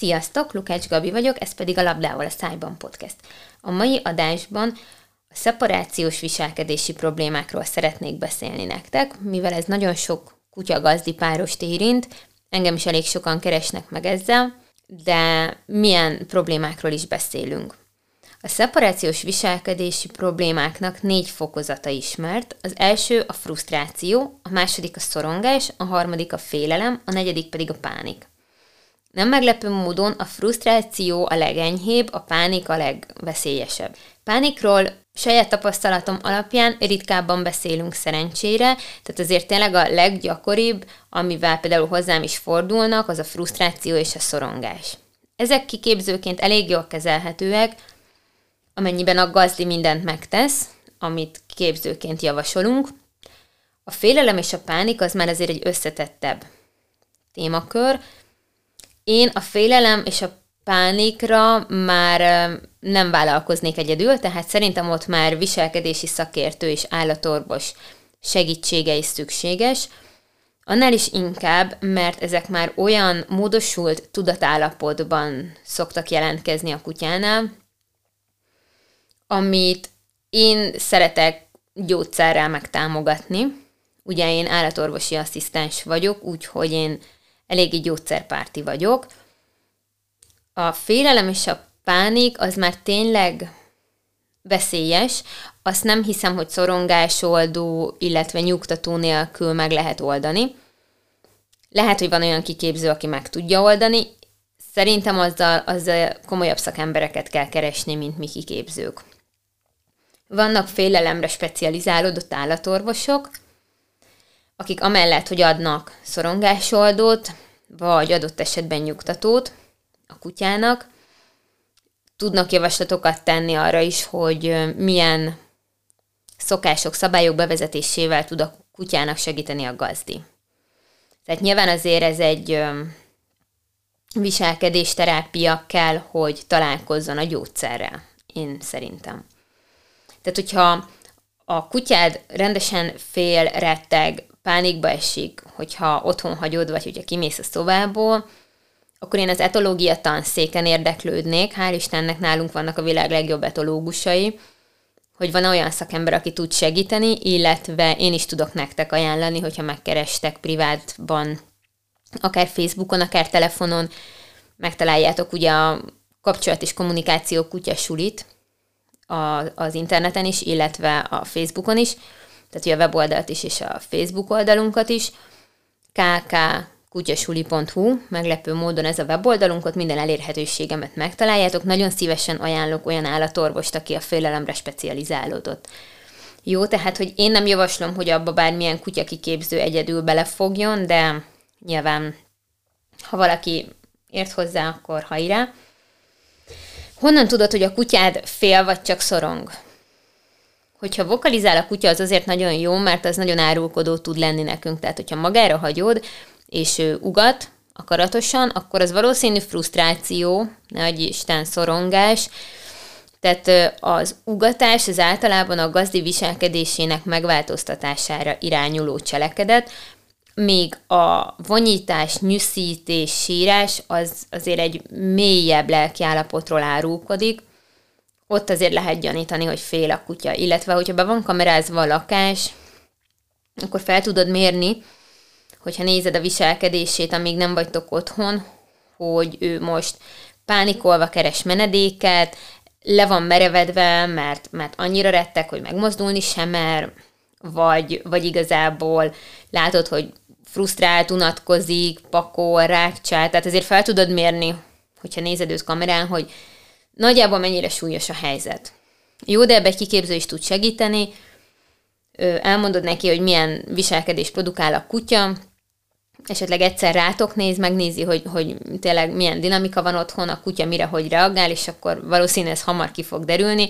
Sziasztok, Lukács Gabi vagyok, ez pedig a Labdával a szájban podcast. A mai adásban a szeparációs viselkedési problémákról szeretnék beszélni nektek, mivel ez nagyon sok kutya-gazdi párost érint, engem is elég sokan keresnek meg ezzel, de milyen problémákról is beszélünk. A szeparációs viselkedési problémáknak 4 fokozata ismert. Az első a frusztráció, a második a szorongás, a harmadik a félelem, a negyedik pedig a pánik. Nem meglepő módon a frusztráció a legenyhébb, a pánik a legveszélyesebb. Pánikról saját tapasztalatom alapján ritkábban beszélünk szerencsére, tehát azért tényleg a leggyakoribb, amivel például hozzám is fordulnak, az a frusztráció és a szorongás. Ezek kiképzőként elég jól kezelhetőek, amennyiben a gazdi mindent megtesz, amit képzőként javasolunk. A félelem és a pánik az már azért egy összetettebb témakör. Én a félelem és a pánikra már nem vállalkoznék egyedül, tehát szerintem ott már viselkedési szakértő és állatorvos segítsége is szükséges. Annál is inkább, mert ezek már olyan módosult tudatállapotban szoktak jelentkezni a kutyánál, amit én szeretek gyógyszerrel megtámogatni. Ugye én állatorvosi asszisztens vagyok, úgyhogy én eléggé gyógyszerpárti vagyok. A félelem és a pánik az már tényleg veszélyes. Azt nem hiszem, hogy szorongásoldó, illetve nyugtató nélkül meg lehet oldani. Lehet, hogy van olyan kiképző, aki meg tudja oldani. Szerintem azzal komolyabb szakembereket kell keresni, mint mi kiképzők. Vannak félelemre specializálódott állatorvosok, akik amellett, hogy adnak szorongásoldót, vagy adott esetben nyugtatót a kutyának, tudnak javaslatokat tenni arra is, hogy milyen szokások, szabályok bevezetésével tud a kutyának segíteni a gazdi. Tehát nyilván azért ez egy viselkedésterápia kell, hogy találkozzon a gyógyszerrel, én szerintem. Tehát, hogyha a kutyád rendesen fél, retteg, pánikba esik, hogyha otthon hagyod, vagy hogyha kimész a szobából, akkor én az etológia tanszéken érdeklődnék. Hál' Istennek nálunk vannak a világ legjobb etológusai, hogy van olyan szakember, aki tud segíteni, illetve én is tudok nektek ajánlani, hogyha megkerestek privátban, akár Facebookon, akár telefonon, megtaláljátok ugye a kapcsolat és kommunikáció kutyasulit az interneten is, illetve a Facebookon is, tehát ugye a weboldalt is, és a Facebook oldalunkat is, kkkutyasuli.hu, meglepő módon ez a weboldalunk, ott minden elérhetőségemet megtaláljátok, nagyon szívesen ajánlok olyan állatorvost, aki a félelemre specializálódott. Jó, tehát, hogy én nem javaslom, hogy abba bármilyen kutyakiképző egyedül belefogjon, de nyilván, ha valaki ért hozzá, akkor hajrá. Honnan tudod, hogy a kutyád fél vagy csak szorong? Hogyha vokalizál a kutya, az azért nagyon jó, mert az nagyon árulkodó tud lenni nekünk. Tehát, hogyha magára hagyod, és ő ugat akaratosan, akkor az valószínű frusztráció, nehogy Isten szorongás. Tehát az ugatás az általában a gazdi viselkedésének megváltoztatására irányuló cselekedet, míg a vonyítás, nyűszítés, sírás az azért egy mélyebb lelkiállapotról árulkodik, ott azért lehet gyanítani, hogy fél a kutya. Illetve, hogyha be van kamerázva a lakás, akkor fel tudod mérni, hogyha nézed a viselkedését, amíg nem vagytok otthon, hogy ő most pánikolva keres menedéket, le van merevedve, mert annyira retteg, hogy megmozdulni sem mer, vagy igazából látod, hogy frusztrált, unatkozik, pakol, rákcsál, tehát azért fel tudod mérni, hogyha nézed őt kamerán, hogy nagyjából mennyire súlyos a helyzet. Jó, de ebbe egy kiképző is tud segíteni, elmondod neki, hogy milyen viselkedést produkál a kutya, esetleg egyszer rátok néz, megnézi, hogy tényleg milyen dinamika van otthon, a kutya mire, hogy reagál, és akkor valószínűleg ez hamar ki fog derülni,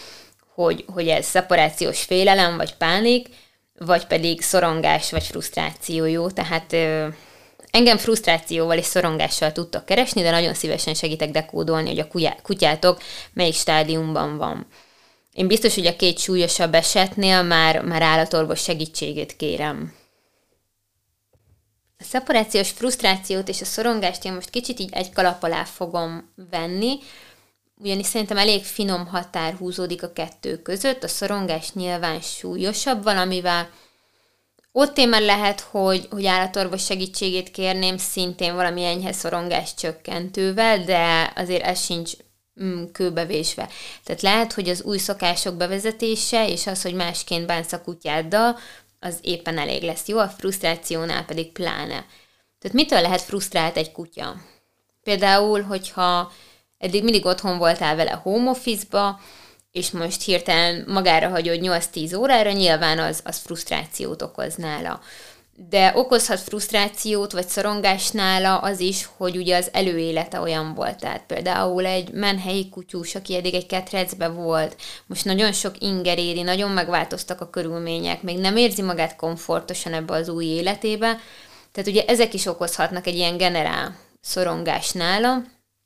hogy ez szeparációs félelem, vagy pánik, vagy pedig szorongás, vagy frusztráció, jó? Tehát engem frusztrációval és szorongással tudtok keresni, de nagyon szívesen segítek dekódolni, hogy a kutyátok melyik stádiumban van. Én biztos, hogy a 2 súlyosabb esetnél már állatorvos segítségét kérem. A szeparációs frusztrációt és a szorongást én most kicsit így egy kalap alá fogom venni, ugyanis szerintem elég finom határ húzódik a kettő között, a szorongás nyilván súlyosabb valamivel. Ott én már lehet, hogy állatorvos segítségét kérném, szintén valami enyhe szorongás csökkentővel, de azért ez sincs kőbevésve. Tehát lehet, hogy az új szokások bevezetése, és az, hogy másként bánsz a kutyáddal, az éppen elég lesz jó, a frusztrációnál pedig pláne. Tehát mitől lehet frusztrált egy kutya? Például, hogyha eddig mindig otthon voltál vele home office-ba, és most hirtelen magára hagyod 8-10 órára, nyilván az frusztrációt okoz nála. De okozhat frusztrációt vagy szorongást nála az is, hogy ugye az előélete olyan volt. Tehát például egy menhelyi kutyus, aki eddig egy ketrecbe volt, most nagyon sok inger éri, nagyon megváltoztak a körülmények, még nem érzi magát komfortosan ebbe az új életébe. Tehát ugye ezek is okozhatnak egy ilyen generál szorongást nála.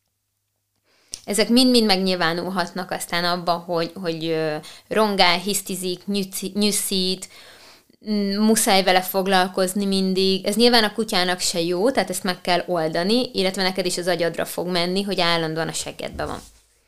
Ezek mind-mind megnyilvánulhatnak aztán abban, hogy rongál, hisztizik, nyűszít, muszáj vele foglalkozni mindig. Ez nyilván a kutyának se jó, tehát ezt meg kell oldani, illetve neked is az agyadra fog menni, hogy állandóan a seggedben van.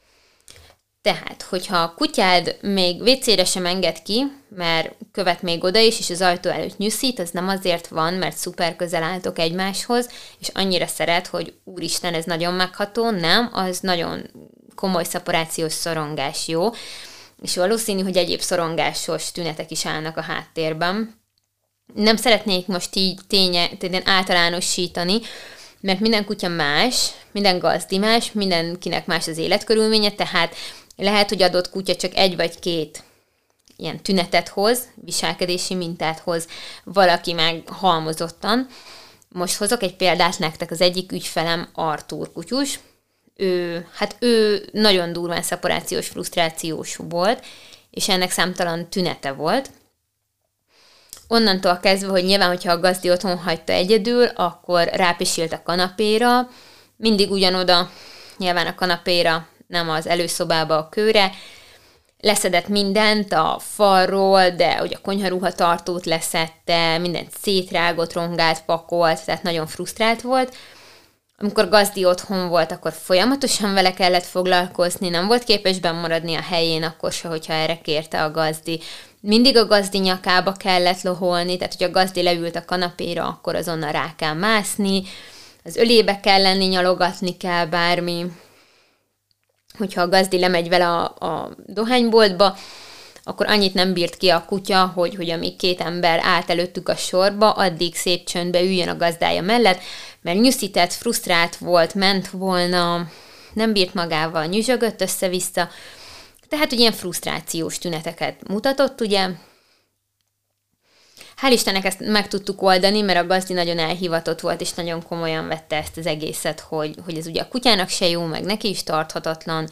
Tehát, hogyha a kutyád még WC-re sem enged ki, mert követ még oda is, és az ajtó előtt nyűszít, az nem azért van, mert szuper közel álltok egymáshoz, és annyira szeret, hogy úristen, ez nagyon megható, nem, az nagyon komoly szeparációs szorongás, jó, és valószínű, hogy egyéb szorongásos tünetek is állnak a háttérben. Nem szeretnék most így tényleg általánosítani, mert minden kutya más, minden gazdi más, mindenkinek más az életkörülménye, tehát lehet, hogy adott kutya csak egy vagy két ilyen tünetet hoz, viselkedési mintát hoz, valaki meg halmozottan. Most hozok egy példát nektek, az egyik ügyfelem Artúr kutyus. Ő nagyon durván szeparációs, frusztrációs volt, és ennek számtalan tünete volt. Onnantól kezdve, hogy nyilván, hogyha a gazdi otthon hagyta egyedül, akkor rápisilt a kanapéra, mindig ugyanoda, nyilván a kanapéra, nem az előszobába, a kőre, leszedett mindent a falról, de hogy a konyharuhatartót leszedte, mindent szétrágott, rongált, pakolt, tehát nagyon frusztrált volt. Amikor gazdi otthon volt, akkor folyamatosan vele kellett foglalkozni, nem volt képes bennmaradni a helyén, akkor se, hogyha erre kérte a gazdi. Mindig a gazdi nyakába kellett loholni, tehát hogy a gazdi leült a kanapéra, akkor azonnal rá kell mászni, az ölébe kell lenni, nyalogatni kell bármi. Hogyha a gazdi lemegy vele a dohányboltba, akkor annyit nem bírt ki a kutya, hogy amíg két ember állt előttük a sorba, addig szép csöndbe üljön a gazdája mellett, mert nyűszített, frusztrált volt, ment volna, nem bírt magával, nyüzsögött össze-vissza. Tehát, hogy ilyen frusztrációs tüneteket mutatott, ugye. Hál' Istennek ezt meg tudtuk oldani, mert a gazdi nagyon elhivatott volt, és nagyon komolyan vette ezt az egészet, hogy ez ugye a kutyának se jó, meg neki is tarthatatlan.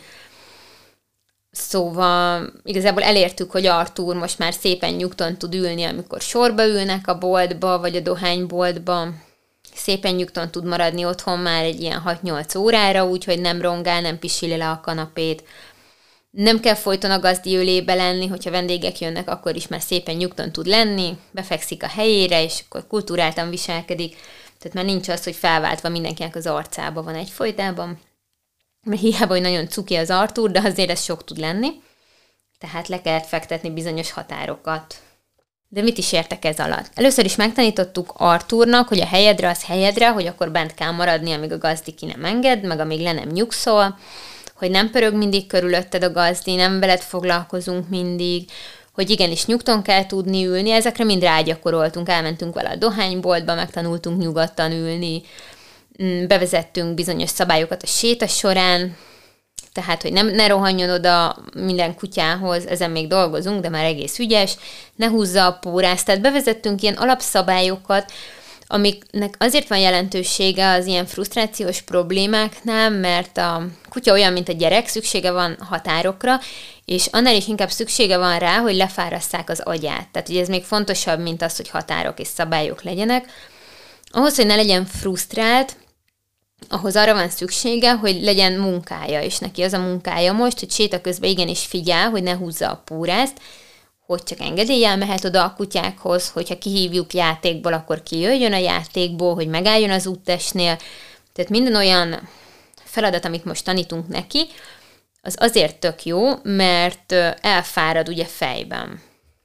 Szóval igazából elértük, hogy Artúr most már szépen nyugton tud ülni, amikor sorba ülnek a boltba, vagy a dohányboltba. Szépen nyugton tud maradni otthon már egy ilyen 6-8 órára, úgyhogy nem rongál, nem pisili le a kanapét. Nem kell folyton a gazdi ölébe lenni, hogyha vendégek jönnek, akkor is már szépen nyugton tud lenni, befekszik a helyére, és akkor kultúráltan viselkedik. Tehát már nincs az, hogy felváltva mindenkinek az arcába van egyfolytában. Mert hiába, hogy nagyon cuki az Artúr, de azért ez sok tud lenni. Tehát le kellett fektetni bizonyos határokat. De mit is értek ez alatt? Először is megtanítottuk Artúrnak, hogy a helyedre az helyedre, hogy akkor bent kell maradni, amíg a gazdi ki nem enged, meg amíg le nem nyugszol, hogy nem pörög mindig körülötted a gazdi, nem veled foglalkozunk mindig, hogy igenis nyugton kell tudni ülni, ezekre mind rágyakoroltunk, elmentünk vele a dohányboltba, megtanultunk nyugodtan ülni, bevezettünk bizonyos szabályokat a séta során, tehát, hogy ne rohanjon oda minden kutyához, ezen még dolgozunk, de már egész ügyes, ne húzza a pórázt, tehát bevezettünk ilyen alapszabályokat, amiknek azért van jelentősége az ilyen frusztrációs problémáknál, mert a kutya olyan, mint a gyerek, szüksége van határokra, és annál is inkább szüksége van rá, hogy lefárasszák az agyát. Tehát ugye ez még fontosabb, mint az, hogy határok és szabályok legyenek. Ahhoz, hogy ne legyen frusztrált, ahhoz arra van szüksége, hogy legyen munkája, és neki az a munkája most, hogy séta közben igenis figyel, hogy ne húzza a pórázt, hogy csak engedéllyel mehet oda a kutyákhoz, hogyha kihívjuk játékból, akkor kijöjjön a játékból, hogy megálljon az úttestnél. Tehát minden olyan feladat, amit most tanítunk neki, az azért tök jó, mert elfárad ugye fejben.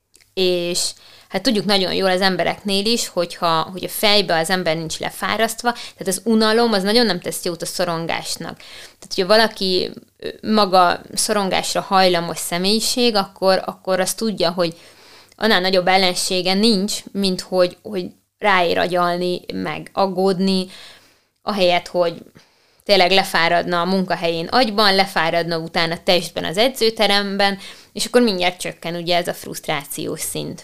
És hát tudjuk nagyon jól az embereknél is, hogy a fejben az ember nincs lefárasztva, tehát az unalom az nagyon nem tesz jót a szorongásnak. Tehát, hogyha valaki maga szorongásra hajlamos személyiség, akkor azt tudja, hogy annál nagyobb ellensége nincs, mint hogy ráér agyalni, meg aggódni, ahelyett, hogy tényleg lefáradna a munkahelyén agyban, lefáradna utána testben az edzőteremben, és akkor mindjárt csökken ugye ez a frusztrációs szint.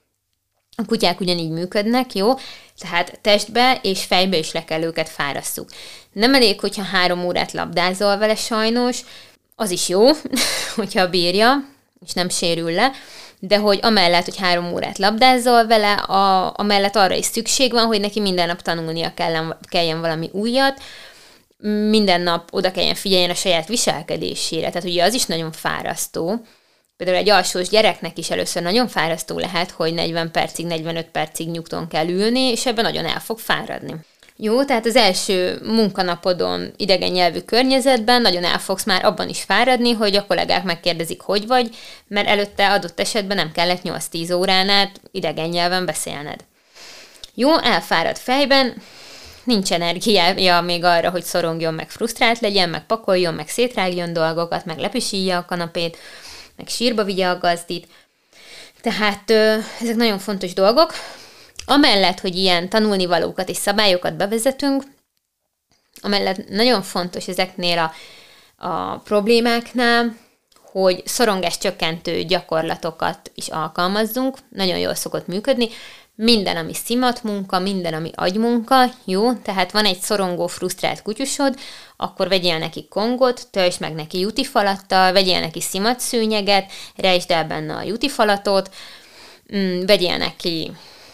A kutyák ugyanígy működnek, jó? Tehát testbe és fejbe is le kell őket fárasztjuk. Nem elég, hogyha 3 órát labdázol vele sajnos, az is jó, hogyha bírja, és nem sérül le, de hogy amellett, hogy 3 órát labdázzol vele, amellett arra is szükség van, hogy neki minden nap tanulnia kelljen valami újat, minden nap oda kelljen figyeljen a saját viselkedésére, tehát ugye az is nagyon fárasztó. Például egy alsós gyereknek is először nagyon fárasztó lehet, hogy 40 percig, 45 percig nyugton kell ülni, és ebben nagyon el fog fáradni. Jó, tehát az első munkanapodon idegen nyelvű környezetben nagyon el fogsz már abban is fáradni, hogy a kollégák megkérdezik, hogy vagy, mert előtte adott esetben nem kellett 8-10 órán át idegen nyelven beszélned. Jó, elfárad fejben, nincs energiája még arra, hogy szorongjon, meg frusztrált legyen, meg pakoljon, meg szétrágjon dolgokat, meg lepisílje a kanapét, meg sírba vigye a gazdit. Tehát ezek nagyon fontos dolgok. Amellett, hogy ilyen tanulnivalókat és szabályokat bevezetünk, amellett nagyon fontos ezeknél a problémáknál, hogy szorongás csökkentő gyakorlatokat is alkalmazzunk, nagyon jól szokott működni. Minden, ami szimatmunka, minden, ami agymunka, jó? Tehát van egy szorongó, frusztrált kutyusod, akkor vegyél neki kongot, töltsd meg neki jutifalattal, vegyél neki szimatszőnyeget, rejtsd el benne a jutifalatot, vegyél neki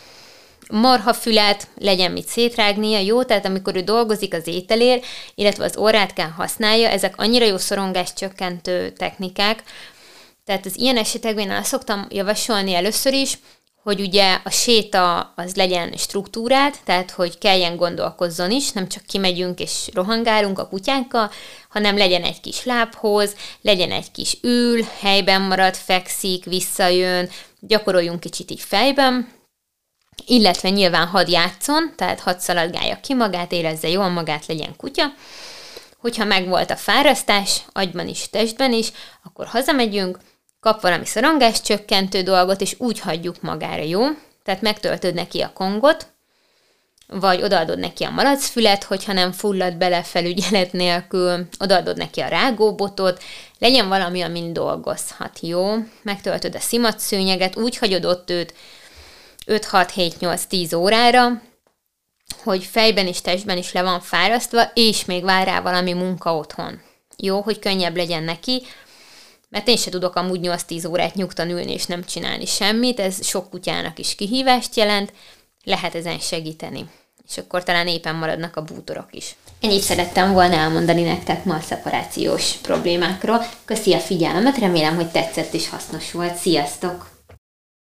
marhafület, legyen mit szétrágnia, jó? Tehát amikor ő dolgozik az ételért, illetve az orrátkán használja, ezek annyira jó szorongás csökkentő technikák. Tehát az ilyen esetekben azt szoktam javasolni először is, hogy ugye a séta az legyen struktúrát, tehát hogy kelljen gondolkozzon is, nem csak kimegyünk és rohangálunk a kutyánkkal, hanem legyen egy kis lábhoz, legyen egy kis ül, helyben marad, fekszik, visszajön, gyakoroljunk kicsit így fejben, illetve nyilván hadd játszon, tehát hadd szaladgálja ki magát, érezze jól magát, legyen kutya. Hogyha megvolt a fárasztás, agyban is, testben is, akkor hazamegyünk, kap valami szorongás csökkentő dolgot, és úgy hagyjuk magára, jó? Tehát megtöltöd neki a kongot, vagy odaadod neki a malacfület, hogyha nem fullad bele felügyelet nélkül, odaadod neki a rágóbotot, legyen valami, amin dolgozhat, jó? Megtöltöd a szimatszőnyeget, úgy hagyod ott őt 5-6-7-8-10 órára, hogy fejben és testben is le van fárasztva, és még vár rá valami munka otthon. Jó, hogy könnyebb legyen neki, mert én se tudok amúgy 8-10 órát nyugtan ülni és nem csinálni semmit, ez sok kutyának is kihívást jelent, lehet ezen segíteni. És akkor talán éppen maradnak a bútorok is. Ennyit szerettem volna elmondani nektek ma a szeparációs problémákról. Köszi a figyelmet, remélem, hogy tetszett és hasznos volt. Sziasztok!